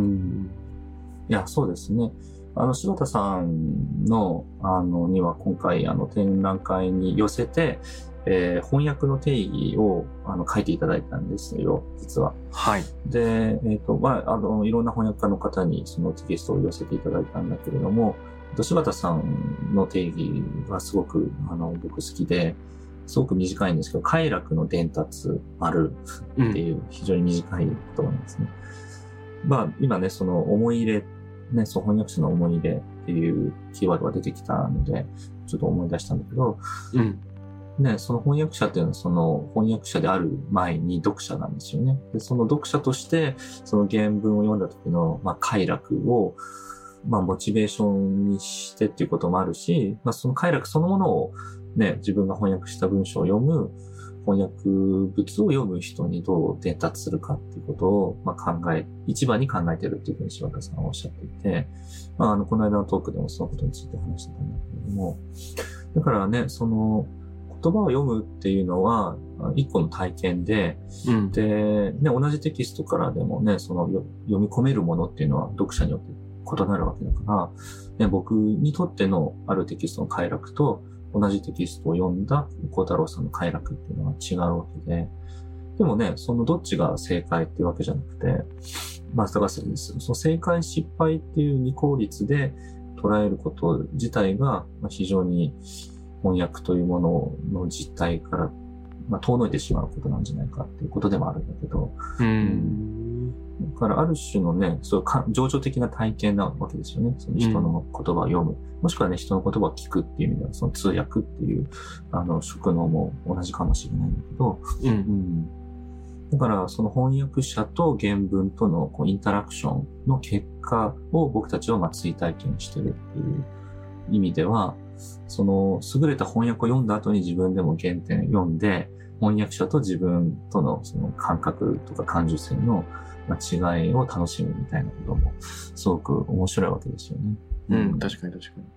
いや、そうですね。あの、柴田さんの、あの、には今回、あの、展覧会に寄せて、えー、翻訳の定義を、あの、書いていただいたんですよ、実は。はい。で、えっと、まあ、あの、いろんな翻訳家の方にそのテキストを寄せていただいたんだけれども、柴田さんの定義はすごく、あの、僕好きで、すごく短いんですけど、快楽の伝達丸っていう非常に短い言葉なんですね。うん、まあ、今ね、その思い入れ、ね、そう翻訳者の思い入れっていうキーワードが出てきたので、ちょっと思い出したんだけど、うん、ね、その翻訳者っていうのはその翻訳者である前に読者なんですよね。で、その読者としてその原文を読んだ時の、まあ、快楽を、まあ、モチベーションにしてっていうこともあるし、まあ、その快楽そのものをね、自分が翻訳した文章を読む、翻訳物を読む人にどう伝達するかっていうことを、まあ、考え、一番に考えてるっていうふうに柴田さんはおっしゃっていて、まあ、あの、この間のトークでもそのことについて話してたんだけれども、だからね、その、言葉を読むっていうのは、一個の体験で、うん、で、ね、同じテキストからでもね、その読み込めるものっていうのは読者によって異なるわけだから、ね、僕にとってのあるテキストの快楽と、同じテキストを読んだ幸太郎さんの快楽っていうのは違うわけで、でもね、そのどっちが正解っていうわけじゃなくて、まあ、だからその正解失敗っていう二項律で捉えること自体が非常に翻訳というものの実態から、まあ、遠のいてしまうことなんじゃないかっていうことでもあるんだけど、うん、だからある種のね、そういうか情緒的な体験なわけですよね。その人の言葉を読む。うん、もしくはね、人の言葉を聞くっていう意味では、その通訳っていう、あの、職能も同じかもしれないんだけど、うんうん、だから、その翻訳者と原文とのこうインタラクションの結果を僕たちはまあ追体験してるっていう意味では、その優れた翻訳を読んだ後に自分でも原点を読んで、翻訳者と自分とのその感覚とか感受性の違いを楽しむみたいなこともすごく面白いわけですよね。 うん、確かに確かに。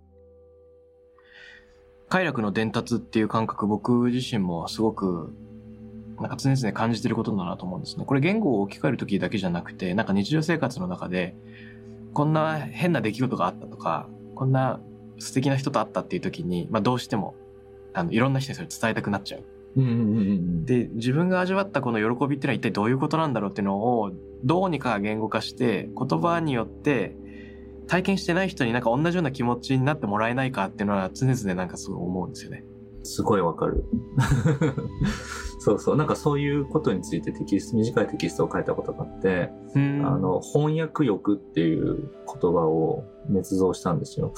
快楽の伝達っていう感覚、僕自身もすごくなんか常々感じてることだなと思うんですね。これ言語を置き換える時だけじゃなくて、なんか日常生活の中でこんな変な出来事があったとか、こんな素敵な人と会ったっていう時に、まあどうしてもあのいろんな人にそれ伝えたくなっちゃう。うんうんうん、で、自分が味わったこの喜びっていうのは一体どういうことなんだろうっていうのをどうにか言語化して言葉によって体験してない人になんか同じような気持ちになってもらえないかっていうのは常々なんかすごい思うんですよね。 すごいわかる。そうそう。なんかそういうことについてテキスト、短いテキストを書いたことがあって、あの、翻訳欲っていう言葉を捏造したんですよ。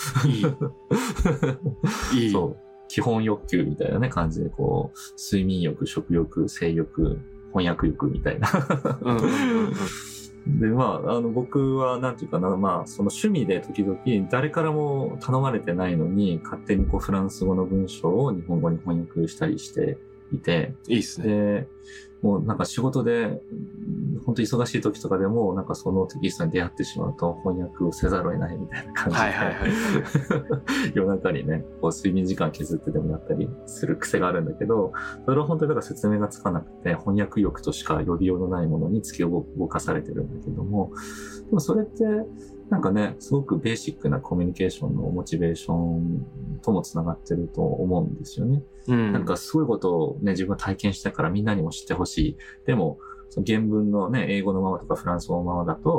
いい。いい。そう。基本欲求みたいなね、感じで、こう、睡眠欲、食欲、性欲、翻訳欲みたいな。うんうんうんうん、で、まあ、あの、僕は、なんていうかな、まあ、その趣味で時々、誰からも頼まれてないのに、勝手にこう、フランス語の文章を日本語に翻訳したりしていて。 いいっすね。 で、もうなんか仕事で、本当忙しい時とかでも、なんかそのテキストに出会ってしまうと翻訳をせざるを得ないみたいな感じで。はいはいはい。夜中にね、こう睡眠時間削ってでもやったりする癖があるんだけど、それは本当にだから説明がつかなくて、翻訳欲としか呼びようのないものに突き動かされてるんだけども、でもそれって、なんかね、すごくベーシックなコミュニケーションのモチベーションともつながってると思うんですよね。うん、なんかすごいことをね、自分は体験したからみんなにも知ってほしい。でも、その原文のね、英語のままとかフランス語のままだと、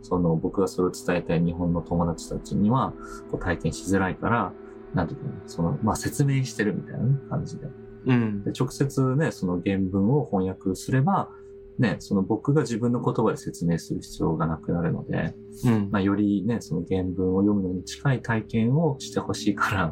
その僕がそれを伝えたい日本の友達たちには、こう体験しづらいから、なんていうかね、その、まあ説明してるみたいな、ね、感じで。 うん。 で直接ね、その原文を翻訳すれば、ね、その僕が自分の言葉で説明する必要がなくなるので、 うん。 まあよりね、その原文を読むのに近い体験をしてほしいから、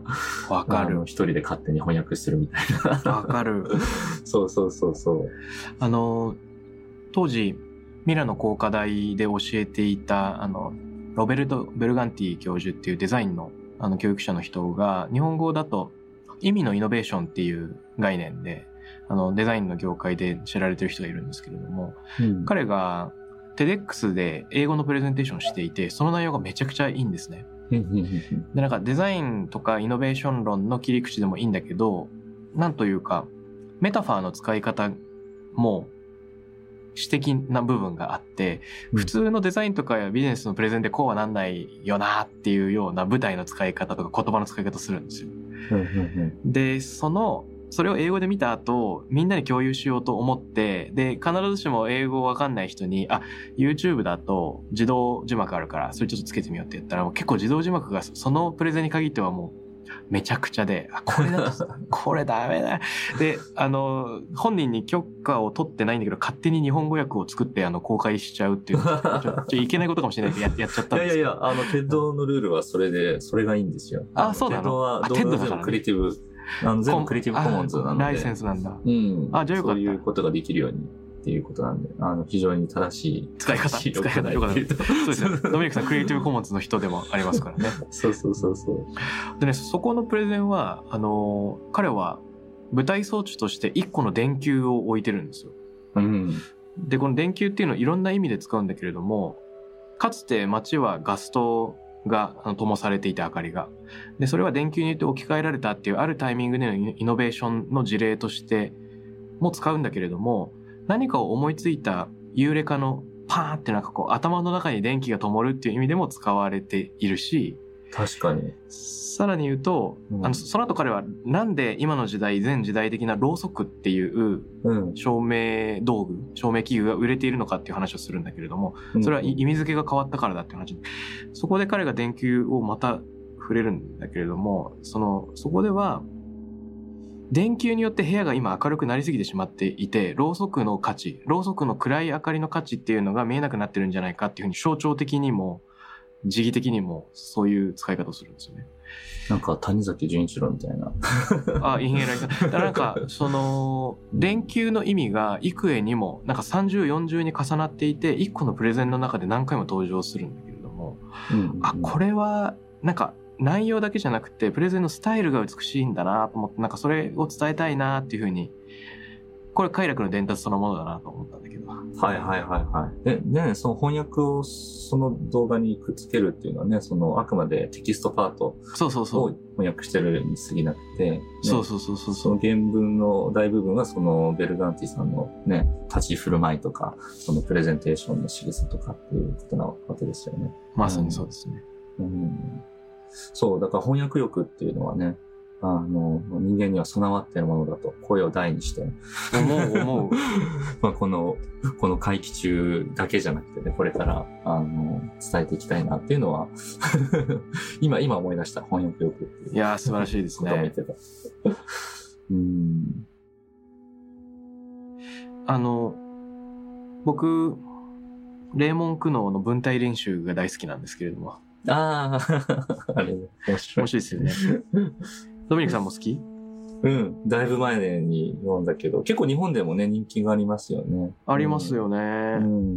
わかる。 一人で勝手に翻訳するみたいな。 わかる。 そうそうそうそう。 あの、当時、ミラノ工科大で教えていた、あの、ロベルト・ベルガンティ教授っていうデザインの、あの、教育者の人が、日本語だと、意味のイノベーションっていう概念で、あの、デザインの業界で知られてる人がいるんですけれども、うん、彼が テデックス で英語のプレゼンテーションをしていて、その内容がめちゃくちゃいいんですね。で、なんかデザインとかイノベーション論の切り口でもいいんだけど、なんというか、メタファーの使い方も詩的な部分があって、うん、普通のデザインとかビジネスのプレゼンでこうはなんないよなっていうような舞台の使い方とか言葉の使い方するんですよ。で、その、それを英語で見た後、みんなに共有しようと思って、で、必ずしも英語わかんない人に、あ、YouTube だと自動字幕あるから、それちょっとつけてみようって言ったら、結構自動字幕がそのプレゼンに限ってはもう、めちゃくちゃで、あ、これだと、これダメだ。で、あの、本人に許可を取ってないんだけど、勝手に日本語訳を作って、あの、公開しちゃうっていう、ちょ、ちょいけないことかもしれないけど、や、やっちゃったんですいやいやいや、あの、テッドのルールはそれで、それがいいんですよ。 あ、そうなの？ テッドは、動画のクリエイティブ、あの全部クリエイティブコモンズなので。 ライセンスなんだ。 うん。 あ、じゃあよかった。 そういうことができるようにっていうことなんで、あの、非常に正しい。 使い方。使い方。よかった。そうですよ。ドミニクさん、クリエイティブコモンズの人でもありますからね。 そうそうそうそう。 でね、そこのプレゼンは、あの、彼は舞台装置として一個の電球を置いてるんですよ。 うん。 で、この電球っていうのをいろんな意味で使うんだけれども、かつて街はガス灯が灯されていた明かりが。で、それは電球によって置き換えられたっていうあるタイミングでのイノベーションの事例としても使うんだけれども、何かを思いついたユーレカのパーンってなんかこう頭の中に電気が灯るっていう意味でも使われているし、 確かに。 さらに言うと、うん、あの、その後彼はなんで今の時代、全時代的なろうそくっていう照明道具、照明器具が売れているのかっていう話をするんだけれども、それは意味付けが変わったからだっていう話。そこで彼が電球をまた触れるんだけれども、その、そこでは、電球によって部屋が今明るくなりすぎてしまっていて、ろうそくの価値、ろうそくの暗い明かりの価値っていうのが見えなくなってるんじゃないかっていうふうに象徴的にも、時義的にもそういう使い方をするんですよね。 なんか谷崎潤一郎みたいな。 あ、インヘライだからなんか、その、電球の意味が幾重にも、なんかさんじゅう、よんじゅうに重なっていて、一個のプレゼンの中で何回も登場するんだけれども、うんうんうん、あ、これは、なんか、内容だけじゃなくて、プレゼンのスタイルが美しいんだなと思って、なんかそれを伝えたいなっていうふうに、これ快楽の伝達そのものだなと思ったんだけど。 はいはいはいはい。で、ね、その翻訳をその動画にくっつけるっていうのはね、そのあくまでテキストパートを翻訳してるに過ぎなくて、ね、 そうそうそうそう。 その原文の大部分はそのベルガンティさんのね、立ち振る舞いとか、そのプレゼンテーションの仕草とかっていうことなわけですよね。 まさにそうですね。 うんうん、そう、だから翻訳力っていうのはね、あの、人間には備わっているものだと、声を大にして。 思う、思う。 まあこの、この会期中だけじゃなくてね、これから、あの、伝えていきたいなっていうのは、今、今思い出した、翻訳力っていう。 いやー、素晴らしいですね。 ことを見てた。うん。あの、僕、レーモン・クノーの文体練習が大好きなんですけれども。 ああ、あれ、面白い。 面白いですよね。ドミニクさんも好き？ うん。だいぶ前に読んだけど、結構日本でもね、人気がありますよね。 ありますよね。うん、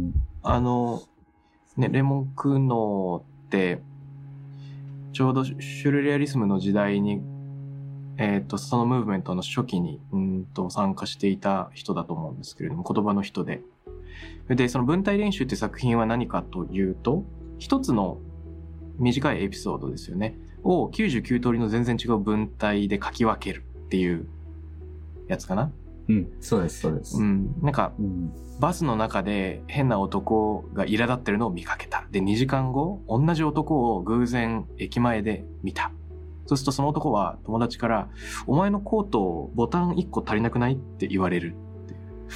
あの、ね、レモンクノーって、ちょうどシュルレアリスムの時代に、えっと、そのムーブメントの初期に、うんと参加していた人だと思うんですけれども、言葉の人で。で、その文体練習って作品は何かというと、一つの短いエピソードですよね。をきゅうじゅうきゅう通りの全然違う文体で書き分けるっていうやつかな。 うん、そうです、そうです。 うん、なんか、うん、バスの中で変な男が苛立ってるのを見かけた。で、にじかんご、同じ男を偶然駅前で見た。そうするとその男は友達から、お前のコートボタンいっこ足りなくないって言われるっていう。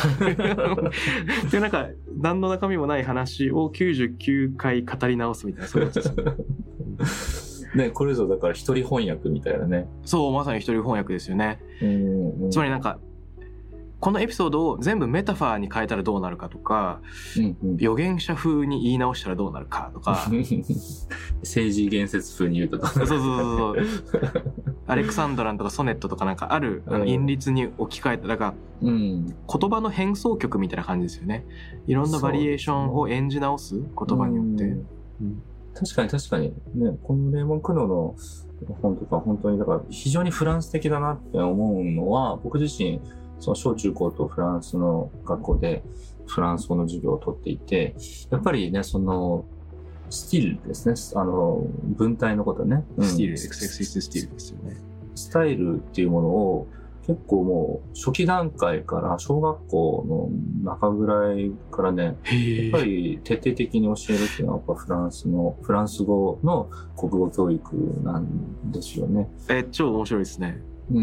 でなんか何の中身もない話をきゅうじゅうきゅうかい語り直すみたいなそういうやつですね。 ね、これぞだから一人翻訳みたいなね。 そうまさに一人翻訳ですよね。 うんうん、 つまりなんかこのエピソードを全部メタファーに変えたらどうなるかとか、 うんうん、 預言者風に言い直したらどうなるかとか政治言説風に言うとかそうそうそうそうアレクサンドランとかソネットとかなんかあるあの韻律に置き換えただから、うん、言葉の変奏曲みたいな感じですよね。いろんなバリエーションを演じ直す言葉によって、うんうん、確かに確かにね、このレーモン・クノの本とか本当にだから非常にフランス的だなって思うのは、僕自身その小中高とフランスの学校でフランス語の授業を取っていて、やっぱりね、そのスティールですね、あの文体のことね、 スティール、エクセクシススティールですよね。 スタイルっていうものを結構もう初期段階から小学校の中ぐらいからね、やっぱり徹底的に教えるっていうのはやっぱフランスのフランス語の国語教育なんですよね。 え、超面白いですね。 うん。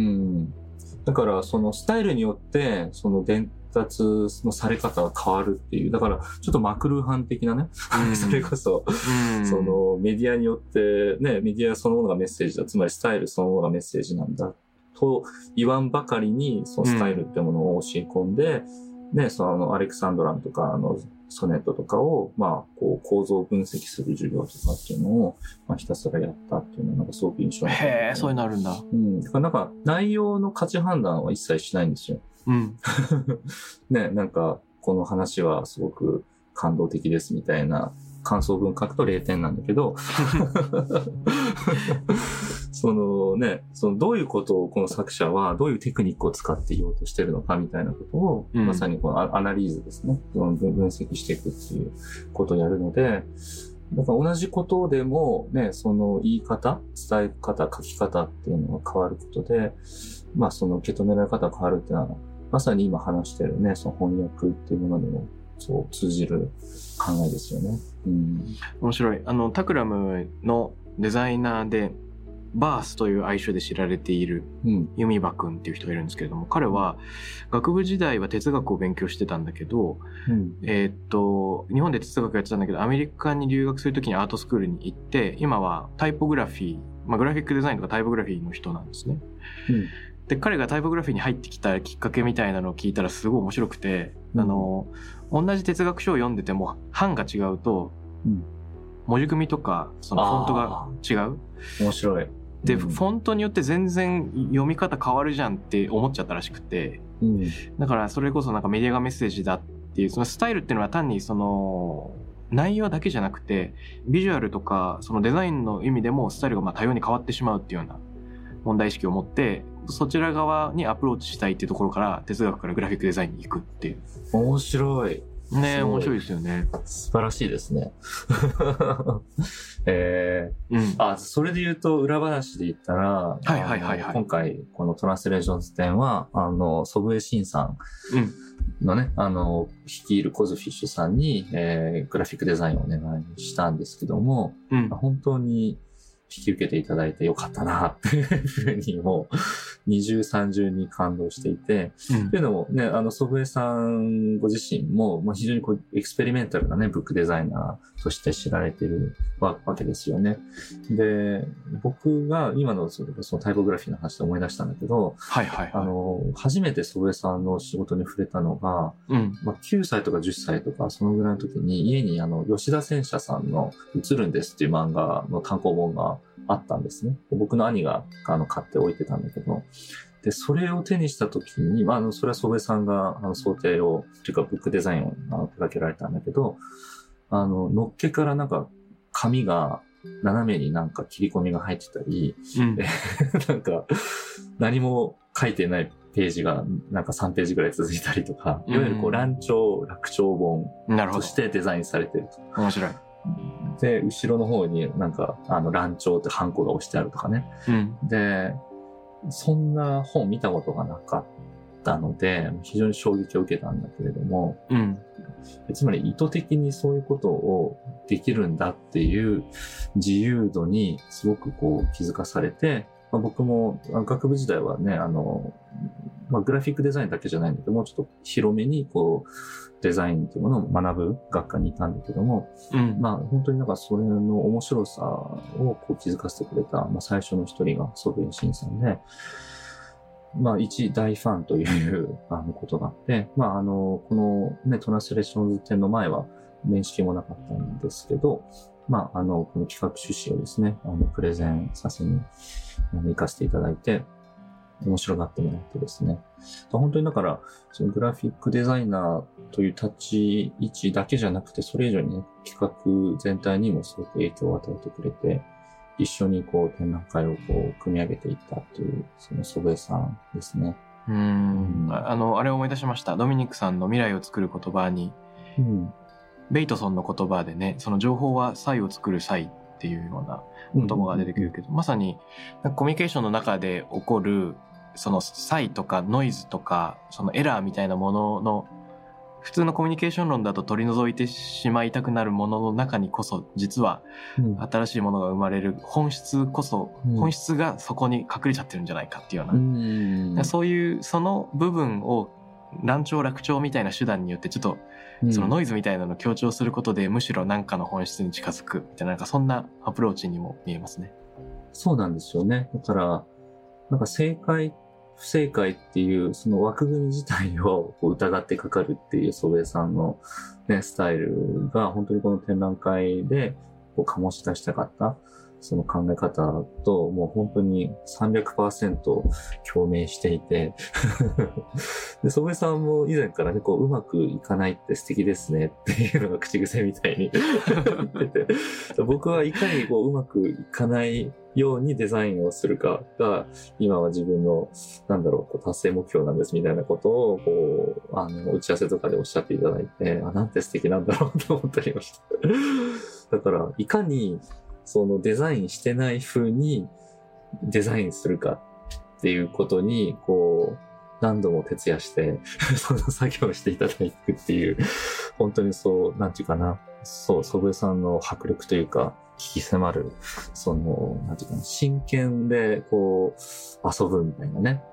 だからそのスタイルによってその伝達のされ方が変わるっていう、だからちょっとマクルーハン的なね、うん、それこそ、うん、そのメディアによってね、メディアそのものがメッセージだ、つまりスタイルそのものがメッセージなんだと言わんばかりに、そのスタイルってものを教え込んで、うん、ね、そのアレクサンドランとかあのソネットとかを、まあ、こう構造を分析する授業とかっていうのを、まあ、ひたすらやったっていうのはなんかすごく印象に残って、ね。 へえ、そういうのあるんだ。 うん。だからなんか内容の価値判断は一切しないんですよ。 うん。 ね、なんかこの話はすごく感動的ですみたいな感想文書くとれいてんなんだけど、そのね、そのどういうことをこの作者はどういうテクニックを使って言おうとしてるのかみたいなことを、うん、まさにこのアナリーズですね、分析していくっていうことをやるので、だから同じことでもね、その言い方、伝え方、書き方っていうのが変わることで、まあその受け止められ方が変わるっていうのは、まさに今話してるね、その翻訳っていうものにもそう通じる考えですよね。うん、 面白い。あのタクラムのデザイナーでバースという愛称で知られているユミバ君っていう人がいるんですけれども、彼は学部時代は哲学を勉強してたんだけど、うん、えー、っと日本で哲学やってたんだけどアメリカに留学するときにアートスクールに行って今はタイポグラフィー、まあ、グラフィックデザインとかタイポグラフィーの人なんですね。うん、で彼がタイポグラフィーに入ってきたきっかけみたいなのを聞いたらすごい面白くて、うん、あの同じ哲学書を読んでても版が違うと、うん、文字組みとかそのフォントが違う。 面白い。 で、うん、フォントによって全然読み方変わるじゃんって思っちゃったらしくて、うん、だからそれこそなんかメディアがメッセージだっていうそのスタイルっていうのは単にその内容だけじゃなくてビジュアルとかそのデザインの意味でもスタイルがまあ多様に変わってしまうっていうような問題意識を持ってそちら側にアプローチしたいっていうところから哲学からグラフィックデザインに行くっていう。 面白いねえ、面白いですよね。 素晴らしいですね。えー、うん、あ、それで言うと裏話で言ったら、 はいはいはいはい、 今回このトランスレーションズ展は、あの、祖父江慎さんのね、うん、あの、率いるコズフィッシュさんに、えー、グラフィックデザインをお願いしたんですけども、うん、本当に引き受けていただいてよかったなっていうふうにもう二重三重に感動していて、うん、っていうのもね、あの祖父江さんご自身も、まあ、非常にこうエクスペリメンタルなねブックデザイナーとして知られているわけですよね。で、僕が今のその、そのタイポグラフィーの話で思い出したんだけど、 はいはいはい、 あの初めて祖父江さんの仕事に触れたのが、うんまあ、きゅうさいとかじゅっさいとかそのぐらいの時に家にあの吉田戦車さんの映るんですっていう漫画の単行本があったんですね。で僕の兄があの買って置いてたんだけど、でそれを手にした時に、まあ、あのそれは祖父江さんがあの想定をというかブックデザインをあの手掛けられたんだけど、あののっけからなんか紙が斜めになんか切り込みが入ってたり、うん、なんか何も書いてないページがなんかさんページぐらい続いたりとか、いわゆるこう乱調楽調本としてデザインされてると。 面白い。 で、後ろの方になんか、あの、乱調ってハンコが押してあるとかね。うん、で、そんな本見たことがなかったので、非常に衝撃を受けたんだけれども、うん、つまり意図的にそういうことをできるんだっていう自由度にすごくこう気づかされて、まあ、僕も学部時代はね、あの、 まあ、グラフィックデザインだけじゃないんだけども、ちょっと広めにこうデザインというものを学ぶ学科にいたんだけども、うん、まあ本当になんかそれの面白さをこう気づかせてくれた、まあ、最初の一人が祖父江慎さんで、まあ一大ファンというあのことがあって、まああのこのねトランスレーションズ展の前は面識もなかったんですけど、まああのこの企画趣旨をですねあのプレゼンさせにあの行かせていただいて。面白がってもらってですね。本当にだから、そのグラフィックデザイナーという立ち位置だけじゃなくて、それ以上にね、企画全体にもすごく影響を与えてくれて、一緒にこう展覧会をこう組み上げていったという、その祖父江さんですね。 うーん。あの、あれを思い出しました。ドミニクさんの未来を作る言葉に、うん、ベイトソンの言葉でね、その情報は差異を作る差異っていうような言葉が出てくるけど、うん、まさにコミュニケーションの中で起こるその差異とかノイズとかそのエラーみたいなものの普通のコミュニケーション論だと取り除いてしまいたくなるものの中にこそ実は新しいものが生まれる本質こそ、うん、本質がそこに隠れちゃってるんじゃないかっていうような、うん、そういうその部分を乱調楽調みたいな手段によってちょっとそのノイズみたいなのを強調することでむしろ何かの本質に近づくみたいな、なんかそんなアプローチにも見えますね。 そうなんですよね。だからなんか正解不正解っていうその枠組み自体をこう疑ってかかるっていう祖父江さんの、ね、スタイルが本当にこの展覧会でこう醸し出したかったその考え方ともう本当に さんびゃくパーセント 共鳴していてで祖父江さんも以前からねこううまくいかないって素敵ですねっていうのが口癖みたいに言ってて僕はいかにこううまくいかないようにデザインをするかが今は自分のなんだろうこう達成目標なんですみたいなことをこうあの打ち合わせとかでおっしゃっていただいて、あ、なんて素敵なんだろうと思っておりましただからいかにそのデザインしてない風にデザインするかっていうことにこう何度も徹夜してその作業をしていただいてっていう本当にそうなんていうかなそう祖父江さんの迫力というか聞き迫るそのなんていうかな真剣でこう遊ぶみたいなね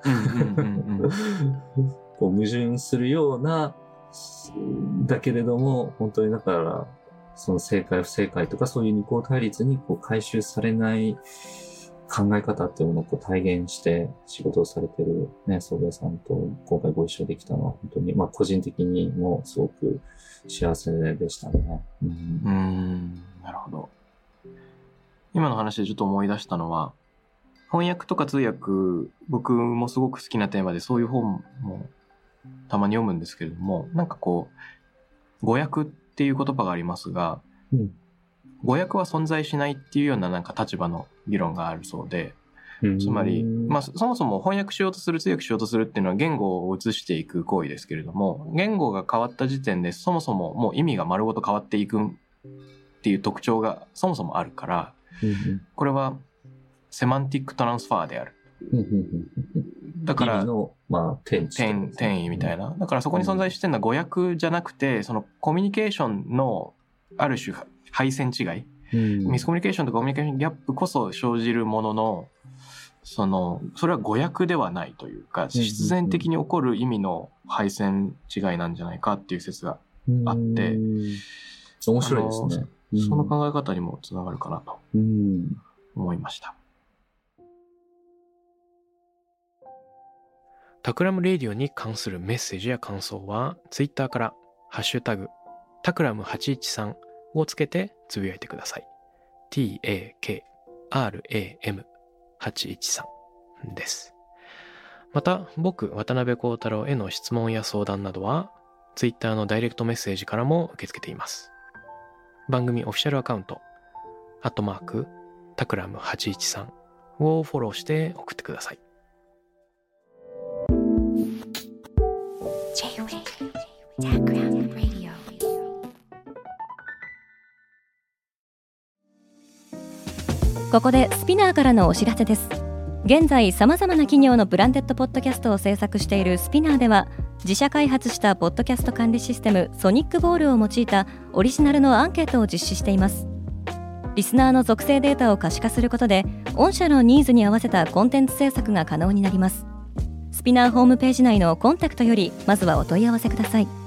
こう矛盾するようなだけれども本当にだからその正解不正解とかそういう二項対立にこう回収されない考え方っていうものをこう体現して仕事をされてるね、祖父江さんと今回ご一緒できたのは本当に、まあ個人的にもすごく幸せでしたね。 うん、うーん、なるほど。今の話でちょっと思い出したのは、翻訳とか通訳、僕もすごく好きなテーマでそういう本もたまに読むんですけれども、なんかこう、語訳っていう言葉がありますが、うん、語訳は存在しないっていうようななんか立場の議論があるそうで、つまり、まあ、そもそも翻訳しようとする通訳しようとするっていうのは言語を移していく行為ですけれども、言語が変わった時点でそもそももう意味が丸ごと変わっていくっていう特徴がそもそもあるから、これはセマンティックトランスファーである。だから、 のまあ、転移、転移みたいな。だからそこに存在してるのは語訳じゃなくて、そのコミュニケーションのある種配線違い、うん、ミスコミュニケーションとかコミュニケーションギャップこそ生じるものの、そのそれは語訳ではないというか、必然的に起こる意味の配線違いなんじゃないかっていう説があって、うん、 面白いですね。 うん、その考え方にもつながるかなと思いました。 タクラムレディオに関するメッセージや感想はツイッターからハッシュタグタクラムはちいちさんをつけてつぶやいてください。 ティー エー ケー アール エー エム はちいちさん です。また僕渡辺幸太郎への質問や相談などはツイッターのダイレクトメッセージからも受け付けています。番組オフィシャルアカウントアットマークタクラムはちいちさんをフォローして送ってください。 ここでスピナーからのお知らせです。現在さまざまな企業のブランデッドポッドキャストを制作しているスピナーでは、自社開発したポッドキャスト管理システムソニックボールを用いたオリジナルのアンケートを実施しています。リスナーの属性データを可視化することで御社のニーズに合わせたコンテンツ制作が可能になります。ススピナーホームページ内のコンタクトよりまずはお問い合わせください。